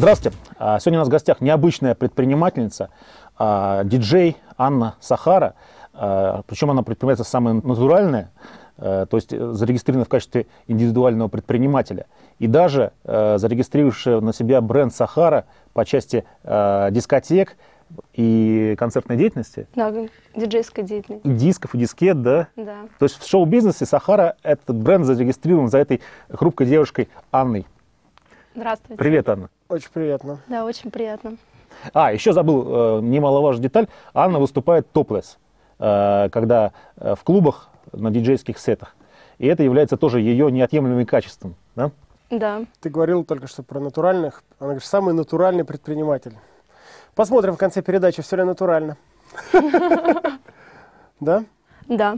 Здравствуйте. Сегодня у нас в гостях необычная предпринимательница, диджей Анна Сахара. Причем она предпринимательница самая натуральная, то есть зарегистрирована в качестве индивидуального предпринимателя. И даже зарегистрировавшая на себя бренд Сахара по части дискотек и концертной деятельности. Да, диджейской деятельности. И дисков, и дискет, да? Да. То есть в шоу-бизнесе Сахара этот бренд зарегистрирован за этой хрупкой девушкой Анной. Здравствуйте. Привет, Анна. Очень приятно. Да, очень приятно. Еще забыл немаловажную деталь. Анна выступает топлес, когда в клубах на диджейских сетах. И это является тоже ее неотъемлемым качеством, да? Да. Ты говорил только что про натуральных. Она говорит, самый натуральный предприниматель. Посмотрим в конце передачи, все ли натурально. Да? Да.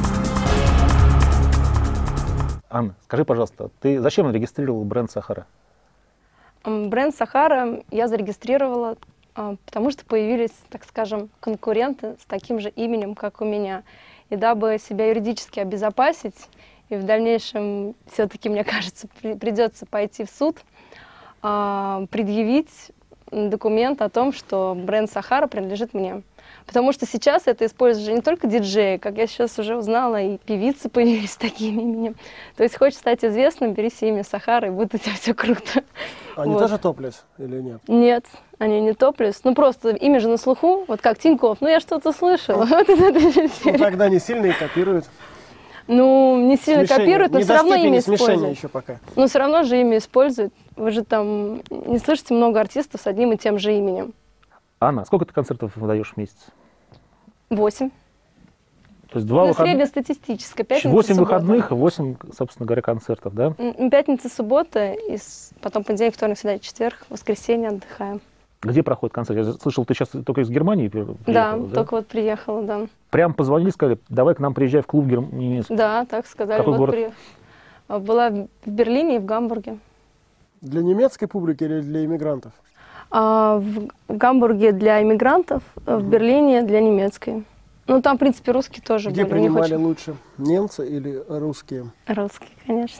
Анна, скажи, пожалуйста, ты зачем зарегистрировал бренд Сахара? Бренд Сахара я зарегистрировала, потому что появились, так скажем, конкуренты с таким же именем, как у меня. И дабы себя юридически обезопасить, и в дальнейшем все-таки, мне кажется, придется пойти в суд, предъявить документ о том, что бренд Сахара принадлежит мне. Потому что сейчас это используют же не только диджеи, как я сейчас уже узнала, и певицы появились с таким именем. То есть хочешь стать известным, бери себе имя Сахара, и будет у тебя все круто. Они Вот. тоже топлес или нет? Нет, они не топлес. Ну просто имя же на слуху, вот как Тинькофф. Ну я что-то слышала. Вот из этой же Ну, серии. тогда не сильно и копируют. Ну, не сильно Смешение. копируют, но Не все до равно степени имя смешения используют. еще пока. Но все равно же имя используют. Вы же там не слышите много артистов с одним и тем же именем. Анна, сколько ты концертов выдаешь в месяц? 8. То есть 2 Ну, выходных, среднестатистическая. Пятница, 8 суббота. выходных, 8, собственно говоря, концертов, да? Пятница, суббота, и потом понедельник, вторник, среда, четверг, воскресенье отдыхаем. Где проходит концерт? Я слышал, ты сейчас только из Германии приехала, Да, только вот приехала, да. Прям позвонили, сказали, давай к нам приезжай в клуб немецкий. Да, так сказали. Какой Вот город? Была в Берлине и в Гамбурге. Для немецкой публики или для иммигрантов? В Гамбурге для иммигрантов, в Берлине для немецкой. Ну, там, в принципе, русские тоже Где были. У них принимали очень- лучше? Немцы или русские? Русские, конечно.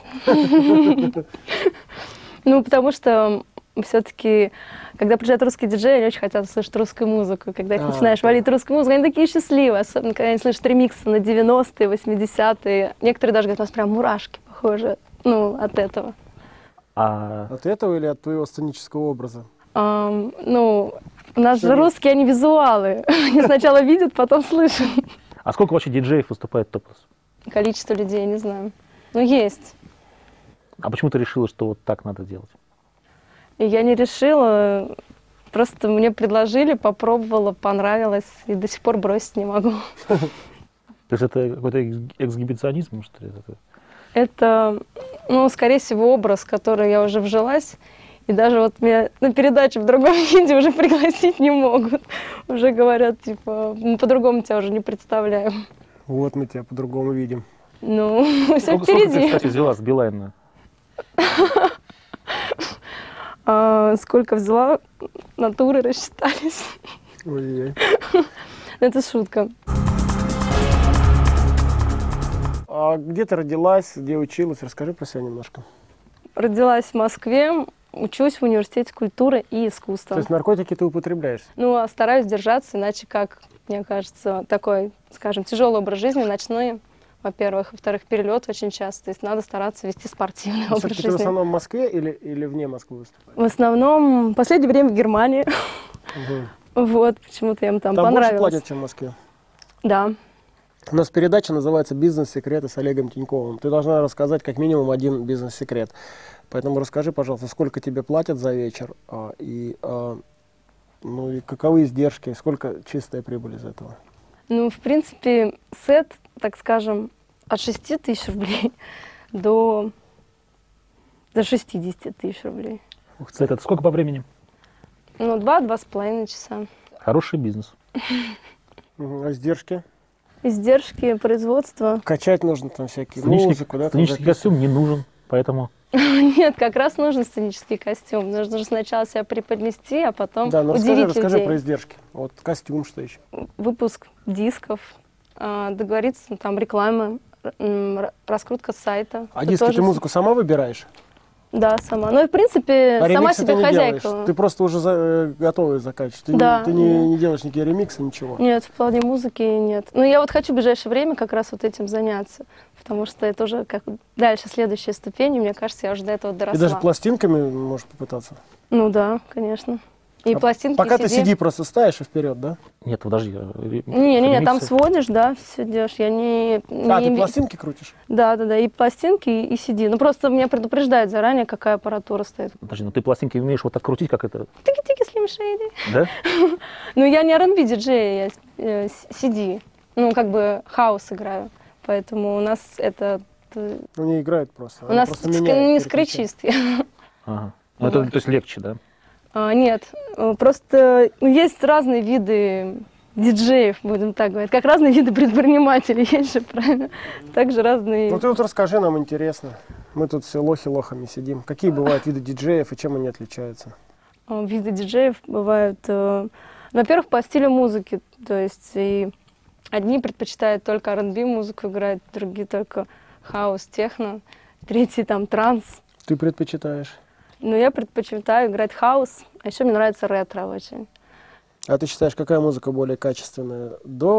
Ну, потому что все-таки, когда приезжают русские диджеи, они очень хотят слышать русскую музыку. Когда их начинаешь валить русскую музыку, они такие счастливые. Особенно, когда они слышат ремиксы на 90-е, 80-е. Некоторые даже говорят, у нас прям мурашки похожи, ну, от этого. От этого или от твоего сценического образа? Ну, у нас Что же нет? русские, они визуалы. Они сначала видят, потом слышат. А сколько вообще диджеев выступает топлес? Количество людей, не знаю. Ну, есть. А почему ты решила, что вот так надо делать? И я не решила, просто мне предложили, попробовала, понравилось, и до сих пор бросить не могу. То есть это какой-то эксгибиционизм, что ли? Это, ну, скорее всего, образ, в который я уже вжилась. И даже вот меня на передачу в другом виде уже пригласить не могут. Уже говорят, типа, мы по-другому тебя уже не представляем. Вот мы тебя по-другому видим. Ну, все Сколько ты, впереди. кстати, взяла с Билайна? Сколько взяла, натуры рассчитались. Ой-ой-ой. Это шутка. А где ты родилась, где училась? Расскажи про себя немножко. Родилась в Москве, учусь в университете культуры и То искусства. есть наркотики ты употребляешь? Ну, а стараюсь держаться, иначе как, мне кажется, такой, скажем, тяжелый образ жизни, ночной, во-первых. Во-вторых, перелет очень часто. То есть надо стараться вести спортивный образ Все-таки ты в жизни. основном в Москве или вне Москвы выступаешь? В основном, в последнее время в Германии. Угу. Вот, почему-то им там Там больше понравилось. платят, чем в Москве. Да. У нас передача называется «Бизнес-секреты» с Олегом Тиньковым. Ты должна рассказать как минимум один бизнес-секрет. Поэтому расскажи, пожалуйста, сколько тебе платят за вечер, и каковы издержки, сколько чистая прибыль из этого? Ну, в принципе, сет, так скажем, от 6 тысяч рублей до 60 тысяч рублей. Ух ты, это сколько по времени? Ну, 2-2,5 часа. Хороший бизнес. А издержки? Издержки производства. Качать нужно там всякие музыку, да? там Сценический записывать. костюм не нужен, поэтому... Нет, как раз нужен сценический костюм. Нужно же сначала себя преподнести, а потом Да, ну удивить расскажи людей. про издержки. Вот костюм, что еще? Выпуск дисков, договориться, там, рекламы, раскрутка сайта. А Это диски тоже ты музыку сама выбираешь? Да, сама. Ну и, в принципе, А сама ремиксы себе ты не хозяйка. делаешь? Ты просто уже готовый закачиваешь. Ты, Да, ты не делаешь никакие ремиксы, ничего. Нет, в плане музыки нет. Но я вот хочу в ближайшее время как раз вот этим заняться, потому что это уже как дальше следующая ступень, и мне кажется, я уже до этого доросла. И даже пластинками можешь попытаться. Ну да, конечно. И пластинки, Пока и ты CD просто ставишь и вперед, да? Нет, подожди. Не, там сводишь, да, все делаешь. Я не ты пластинки крутишь? Да, и пластинки, и CD. Ну просто меня предупреждают заранее, какая аппаратура стоит. Подожди, ну ты пластинки умеешь вот так крутить, как это? Тики-тики, Slim Shady. Да? Ну я не R&B диджей, я CD. Ну как бы хаус играю. Поэтому у нас это... Ну не играет просто. У нас просто не скретчист. Ага. Ну это то есть легче, да? Нет, просто есть разные виды диджеев, будем так говорить, как разные виды предпринимателей, есть же, правильно? Также разные... Ну ты вот расскажи, нам интересно. Мы тут все лохи лохами сидим. Какие бывают виды диджеев и чем они отличаются? Виды диджеев бывают, во-первых, по стилю музыки, то есть и одни предпочитают только R&B музыку играть, другие только хаус, техно, третьи там транс. Ты предпочитаешь? Но я предпочитаю играть хаус, а еще мне нравится ретро очень. А ты считаешь, какая музыка более качественная?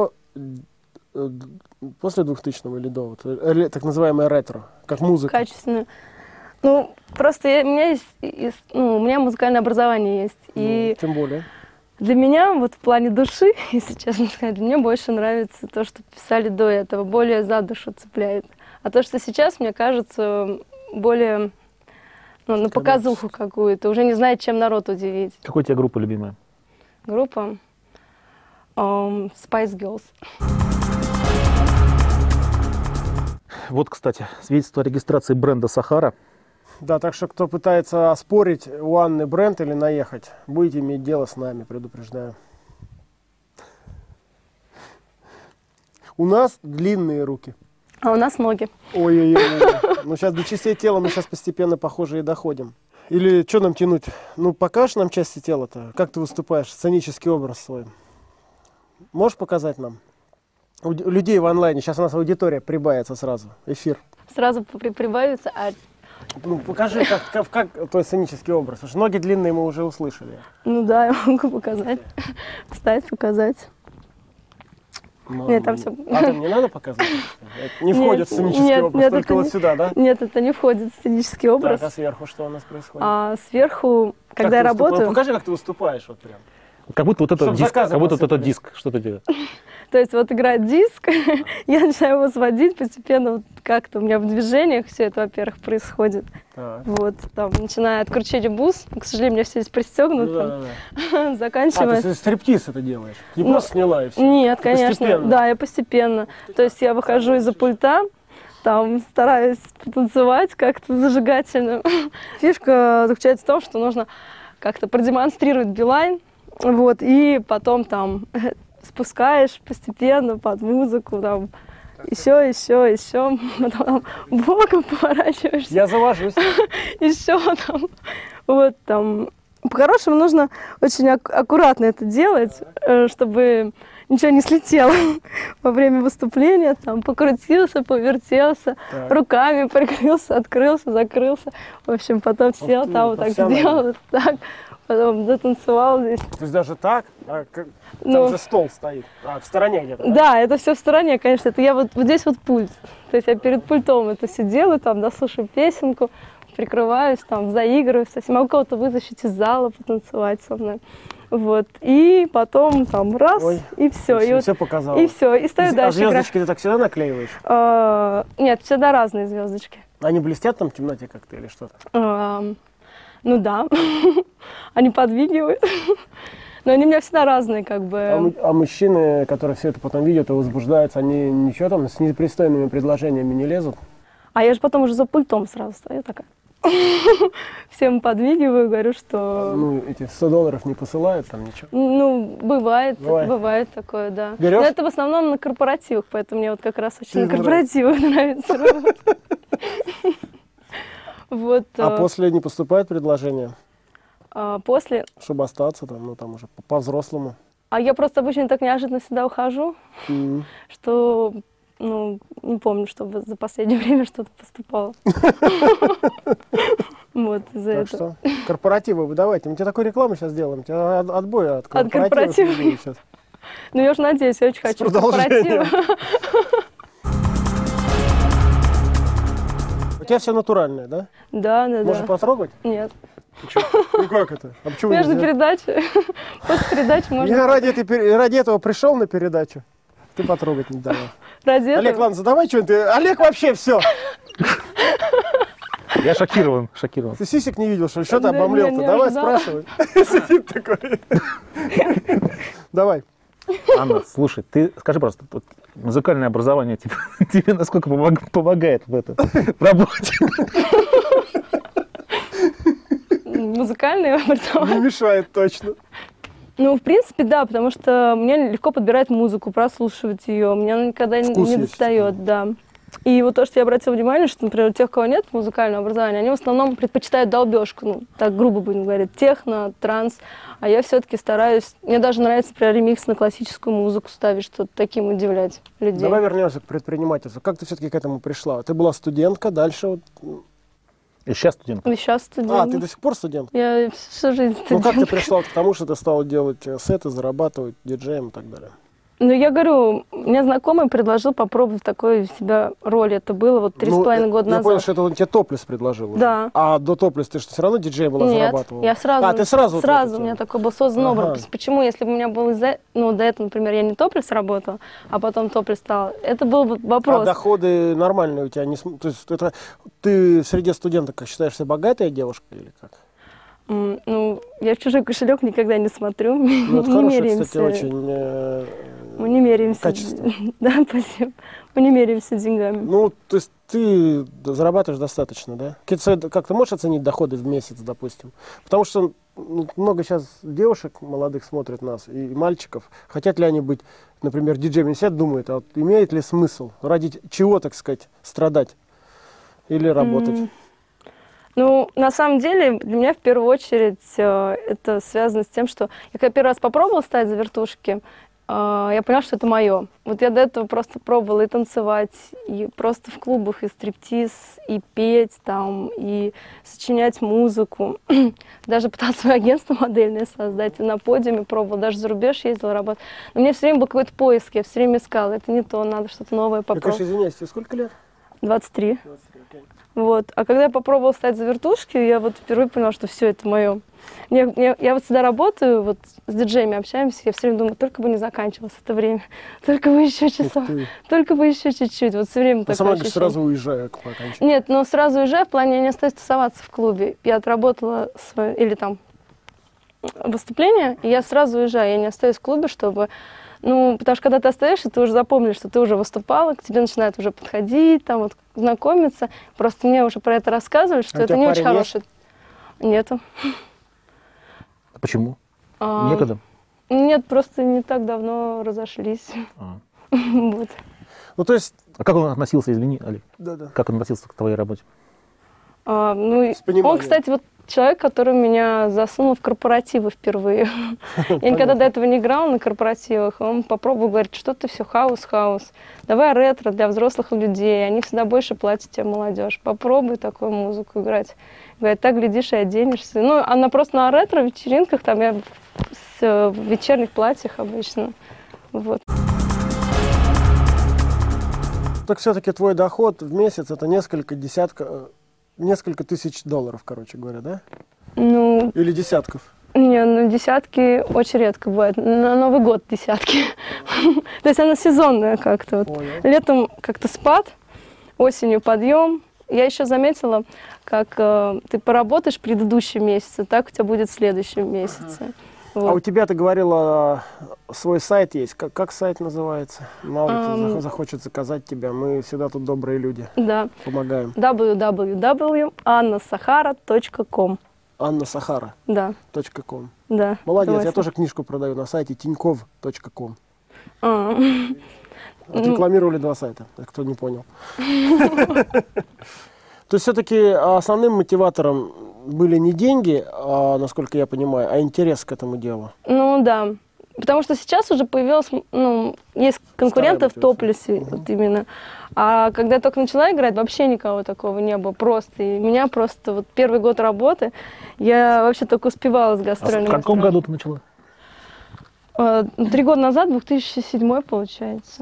После 2000-го или до? Вот, так называемое ретро, как музыка? Качественную. Ну, просто у меня у меня музыкальное образование есть. И тем более. для меня, вот в плане души, если честно сказать, мне больше нравится то, что писали до этого, более за душу цепляет. А то, что сейчас, мне кажется, более... на показуху какую-то, уже не знает, чем народ удивить. Какая у тебя группа любимая? Группа Spice Girls. Вот, кстати, свидетельство о регистрации бренда «Сахара». Да, так что кто пытается оспорить у Анны бренд или наехать, будете иметь дело с нами, предупреждаю. У нас длинные руки. А у нас ноги. Ой-ой-ой. Ну сейчас до частей тела мы сейчас постепенно, похоже, и доходим. Или что нам тянуть? Ну покажешь нам части тела-то? Как ты выступаешь? Сценический образ свой. Можешь показать нам? У людей в онлайне, сейчас у нас аудитория прибавится сразу, эфир. Сразу прибавится, а... Ну, покажи, как твой сценический образ. Потому что ноги длинные мы уже услышали. Ну да, я могу показать. Встать, показать. Нет, там все... А там не надо показывать? Это не входит в сценический образ, только вот сюда, да? Нет, это не входит в сценический образ. Так, а сверху что у нас происходит? А сверху, когда я работаю... Покажи, как ты выступаешь вот прям. Как будто вот это диск, как будто вот это диск, что ты делаешь? То есть вот играет диск, я начинаю его сводить постепенно, вот как-то у меня в движениях все это, во-первых, происходит. Так. Вот, там, начиная от кручения бус, к сожалению, у меня все здесь пристегнуто, заканчивая... ты стриптиз это делаешь? Не просто сняла и все? Нет, конечно, Постепенно. да, я постепенно. То есть я выхожу из-за пульта, там стараюсь потанцевать как-то зажигательно. Фишка заключается в том, что нужно как-то продемонстрировать билайн, вот, и потом там спускаешь постепенно под музыку, там, еще, потом там, боком поворачиваешься. Я завожусь. Еще там, вот там. По-хорошему нужно очень аккуратно это делать, чтобы ничего не слетело во время выступления, там, покрутился, повертелся, Так. руками прикрылся, открылся, закрылся, в общем, потом сел, ты, там вот так сделал, вот так, потом затанцевал здесь. То есть даже так? Там Ну, же стол стоит. В стороне где-то, да, это все в стороне, конечно, это я вот здесь вот пульт, то есть я перед пультом это все делаю, там, да, слушаю песенку, прикрываюсь, там, заигрываю, кстати, могу кого-то вытащить из зала, потанцевать со мной. Вот, и потом там раз, Ой, и все. И все показала. И все, и стою А дальше играть. звездочки ты так всегда наклеиваешь? Нет, всегда разные звездочки. Они блестят там в темноте как-то или что-то? Ну да, они подвигивают. Но они у меня всегда разные, как бы. А мужчины, которые все это потом видят и возбуждаются, они ничего там с непристойными предложениями не лезут? А я же потом уже за пультом сразу стою такая. Всем подвигиваю, говорю, что... Ну, эти $100 не посылают там ничего? Ну, бывает Бывает. такое, да. Берешь? Но это в основном на корпоративах, поэтому мне вот как раз очень Тебе на корпоративах нравится работать. Вот. А после не поступает предложение, После... чтобы остаться там, ну там уже по-взрослому? А я просто обычно так неожиданно всегда ухожу, что, ну, не помню, чтобы за последнее время что-то поступало. Вот, из-за Так этого. что корпоративы вы давайте. Мы тебе такую рекламу сейчас сделаем. Тебя отбоя от корпоративов корпоративов. не будет сейчас. Ну, я уже надеюсь, я очень хочу продолжением. корпоративы. У тебя все натуральное, да? Да, да, Можно да. потрогать? Нет. Ну как это? А почему Между нельзя? передачей, после передачи можно... Я ради этого пришел на передачу. Ты потрогать не давай. Ради Олег, этого... ладно, задавай что-нибудь. Олег вообще все. Я шокирован, шокирован. Ты сисек не видел, что ли? Что ты Да, обомлел-то? не Давай ожидала. спрашивай. Сидит такой. Давай. Анна, слушай, ты скажи, пожалуйста, вот музыкальное образование тебе насколько помогает в работе? Музыкальное образование. Не мешает точно. Ну, в принципе, да, потому что мне легко подбирать музыку, прослушивать ее. Мне она никогда Вкус не есть. достает, да. И вот то, что я обратила внимание, что, например, у тех, у кого нет музыкального образования, они в основном предпочитают долбежку, ну, так грубо будем говорить, техно, транс. А я все-таки стараюсь, мне даже нравится, например, ремикс на классическую музыку ставить, что-то таким удивлять людей. Давай вернемся к предпринимательству. Как ты все-таки к этому пришла? Ты была студентка, дальше вот... И сейчас студент. И сейчас студент. А, ты до сих пор студент? Я всю жизнь Ну студент. как ты пришла вот к тому, что ты стала делать сеты, зарабатывать диджеем и так далее? Ну, я говорю, мне знакомый предложил попробовать такой себя роли. Это было вот 3,5 года Я назад. понял, что это он тебе топлес предложил. уже. Да. А до топлес ты что, все равно диджеем была, Нет, зарабатывала? я сразу, А, ты сразу вот в эту у меня тему. такой был создан Ага. образ. Почему, если бы у меня был до этого, например, я не топлес работала, а потом топлес стала, это был бы А вопрос. доходы нормальные у тебя? То есть это, ты среди студенток как считаешься богатая девушка или как? Ну, я в чужой кошелек никогда не смотрю. Ну, это не хорошее, меряемся. кстати, очень Мы не меряемся. качество. Да, спасибо. Мы не меряемся деньгами. Ну, то есть ты зарабатываешь достаточно, да? Как ты можешь оценить доходы в месяц, допустим? Потому что много сейчас девушек молодых смотрят нас и мальчиков. Хотят ли они быть, например, диджеями? Сидят, думают, а вот имеет ли смысл? Ради чего, так сказать, страдать или работать? Ну, на самом деле, для меня в первую очередь это связано с тем, что я когда первый раз попробовала ставить за вертушки, я поняла, что это мое. Вот я до этого просто пробовала и танцевать, и просто в клубах, и стриптиз, и петь там, и сочинять музыку. Даже пыталась свое агентство модельное создать, и на подиуме пробовала, даже за рубеж ездила работать. Но мне все время был какой-то поиск, я все время искала, это не то, надо что-то новое Я, попробовать. конечно, извиняюсь, тебе сколько лет? 23. 23, окей. Вот. А когда я попробовала стать за вертушки, я вот впервые поняла, что все это мое. Я вот всегда работаю, вот с диджеями общаемся, я все время думаю, только бы не заканчивалось это время, только бы еще часов, ты. только бы еще чуть-чуть. Вот все время На такое самом деле ощущение. сразу уезжаю по окончании. Нет, но сразу уезжаю, в плане я не остаюсь тусоваться в клубе. Я отработала свое, или там выступление, и я сразу уезжаю, я не остаюсь в клубе, чтобы... Ну, потому что когда ты остаешься, ты уже запомнишь, что ты уже выступала, к тебе начинают уже подходить, там вот знакомиться. Просто мне уже про это рассказывали, что А у это тебя не очень парень есть? хорошее. Нету. Почему? А, Некогда? Нет, просто не так давно разошлись. А. Вот. Ну, то есть, А как он относился, извини, Олег, да-да. как он относился к твоей работе? Ну, С пониманием. он, кстати, вот человек, который меня засунул в корпоративы впервые. Я никогда до этого не играла на корпоративах. Он попробовал, говорит, что ты все хаос. Давай ретро для взрослых людей. Они всегда больше платят тебе, молодежь. Попробуй такую музыку играть. Говорит, так глядишь и оденешься. Ну, она просто на ретро-вечеринках, там я в вечерних платьях обычно. Вот. Так все-таки твой доход в месяц это несколько тысяч долларов, короче говоря, да? Ну, Или десятков? не, ну десятки очень редко бывает. На Новый год десятки. То есть она сезонная как-то. Вот. Понял. Летом как-то спад, осенью подъем. Я еще заметила, как ты поработаешь предыдущий месяц, так у тебя будет в следующем месяце. Вот. А у тебя, ты говорила, свой сайт есть. Как сайт называется? Мало ли кто захочет заказать тебя. Мы всегда тут добрые люди. Да. Помогаем. www.annasahara.com. AnnaSahara.com. Да, да. Молодец, Давай. я тоже книжку продаю на сайте tinьков.com. А, Отрекламировали 2 сайта, кто не понял. То есть все-таки основным мотиватором были не деньги, насколько я понимаю, а интерес к этому делу. Ну да. Потому что сейчас уже появилось, ну, есть конкуренты в топлесе, вот именно. А когда я только начала играть, вообще никого такого не было просто. И меня просто, вот первый год работы, я вообще только успевала с гастрольными. В каком году ты начала? 3 года назад, 2007 получается.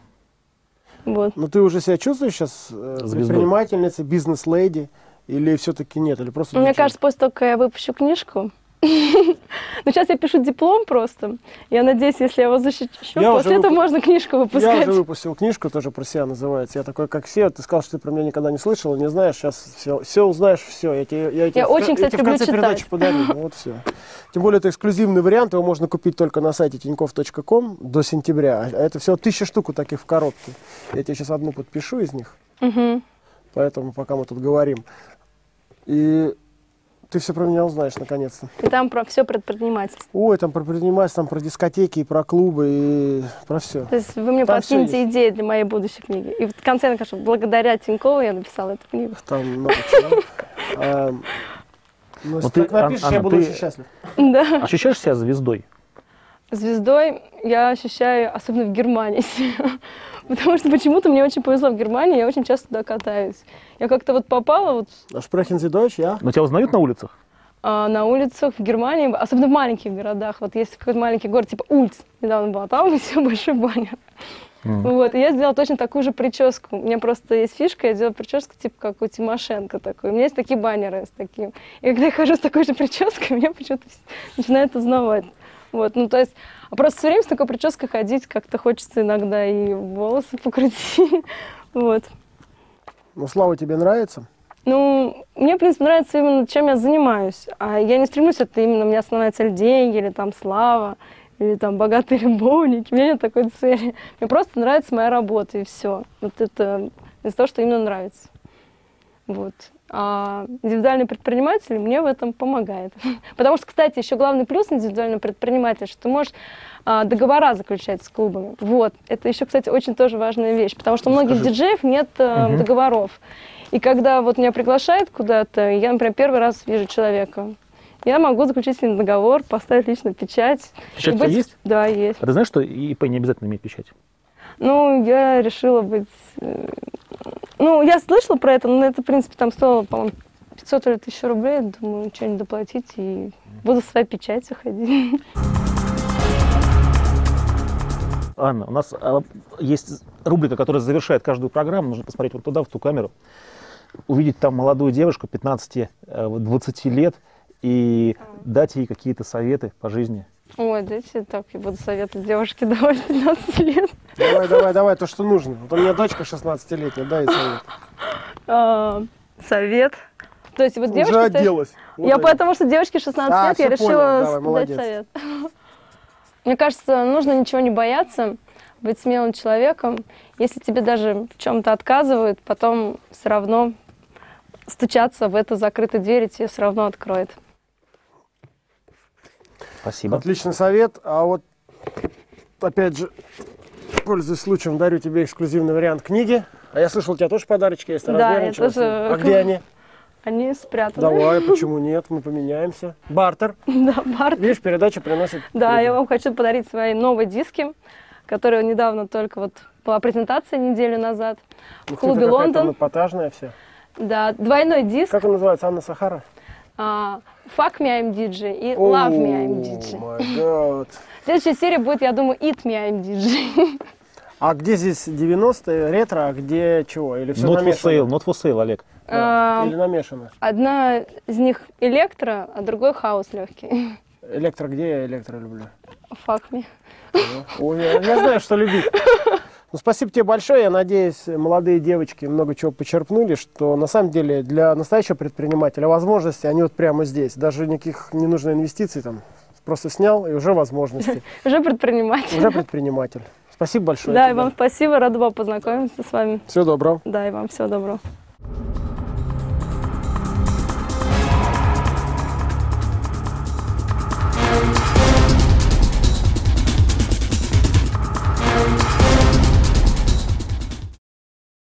Вот. Ну ты уже себя чувствуешь сейчас предпринимательницей, бизнес-леди? Или все-таки нет? Или просто Мне кажется, после того, как я выпущу книжку, ну, сейчас я пишу диплом просто. Я надеюсь, если я его защищу, после этого можно книжку выпускать. Я уже выпустил книжку, тоже про себя называется. Я такой, как все. Ты сказал, что ты про меня никогда не слышал, не знаешь. Сейчас все узнаешь, все. Я тебе очень, кстати, люблю читать. Передачи подарю. Вот все. Тем более, это эксклюзивный вариант. Его можно купить только на сайте tinkoff.com до сентября. А это всего 1000 штук вот таких в коробке. Я тебе сейчас одну подпишу из них. Поэтому пока мы тут говорим. И ты все про меня узнаешь, наконец-то. И там про все предпринимательство. Ой, там про предпринимательство, там про дискотеки, и про клубы, и про все. То есть вы мне там подкинете идеи для моей будущей книги. И в конце, конечно, благодаря Тинькову я написала эту книгу. Там много чего. Ну, если так напишешь, я буду очень счастлив. Да. Ощущаешь себя звездой? Звездой я ощущаю, особенно в Германии. Потому что почему-то мне очень повезло в Германии, я очень часто туда катаюсь. Я как-то вот попала вот... А Sprechen Sie Deutsch, ja? Но тебя узнают на улицах? На улицах в Германии, особенно в маленьких городах. Вот есть какой-то маленький город, типа Ульц, недавно была, там все большой баннер. Вот, и я сделала точно такую же прическу. У меня просто есть фишка, я делаю прическу типа как у Тимошенко такой. У меня есть такие баннеры с таким. И когда я хожу с такой же прической, меня почему-то начинают узнавать. Вот, ну то есть, а просто все время с такой прической ходить как-то хочется иногда и волосы покрутить. Вот. Ну, Слава тебе нравится? Ну, мне, в принципе, нравится именно, чем я занимаюсь. А я не стремлюсь, это именно у меня основная цель деньги, или там слава, или там богатые любовники. У меня нет такой цели. Мне просто нравится моя работа, и все. Вот это из-за того, что именно нравится. Вот. А индивидуальный предприниматель мне в этом помогает. Потому что, кстати, еще главный плюс индивидуального предпринимателя, что ты можешь договора заключать с клубами. Вот. Это еще, кстати, очень тоже важная вещь, потому что у многих диджеев нет договоров. И когда вот меня приглашают куда-то, я, например, первый раз вижу человека, я могу заключить с ним договор, поставить лично печать. Печать у тебя есть? Да, есть. А ты знаешь, что ИП не обязательно имеет печать? Ну, я решила быть... Ну, я слышала про это, но это, в принципе, там стоило, по-моему, 500 или 1000 рублей. Думаю, что-нибудь доплатить и буду со своей печатью ходить. Анна, у нас есть рубрика, которая завершает каждую программу. Нужно посмотреть вот туда, в ту камеру. Увидеть там молодую девушку 15-20 лет и дать ей какие-то советы по жизни. Ой, дайте так, я буду советовать девушке давай 15 лет. Давай, то, что нужно. Вот у меня дочка 16-летняя, дай совет. Совет? То есть вот девушка... Уже оделась. Я потому что девочке 16 лет, я решила дать совет. Мне кажется, нужно ничего не бояться, быть смелым человеком. Если тебе даже в чем-то отказывают, потом все равно стучаться в эту закрытую дверь, и тебе все равно откроет. Спасибо. Отличный совет. А вот, опять же, пользуясь случаем, дарю тебе эксклюзивный вариант книги. А я слышал, у тебя тоже подарочки есть. Да, я тоже. А где они? Они спрятаны. Давай, почему нет? Мы поменяемся. Бартер. Да, бартер. Видишь, передача приносит... Да, я вам хочу подарить свои новые диски, которые недавно только вот была презентация неделю назад в клубе Лондон. Эпатажная вся. Да, двойной диск. Как он называется? Анна Сахара? Fuck me, I'm DJ и Love me, I'm DJ. Oh my God. Следующая серия будет, я думаю, Eat me, I'm DJ. А где здесь 90-е, ретро, а где чего? Или все намешано? Not for sale, Олег. Или намешано? Одна из них электро, а другой хаус легкий. Электро где? Я электро люблю. Fuck me. Ой, я знаю, что любить. Ну, спасибо тебе большое. Я надеюсь, молодые девочки много чего почерпнули, что на самом деле для настоящего предпринимателя возможности, они вот прямо здесь. Даже никаких не нужно инвестиций там. Просто снял, и уже возможности. Уже предприниматель. Уже предприниматель. Спасибо большое. Да, и вам спасибо. Рада была познакомиться с вами. Всего доброго. Да, и вам всего доброго.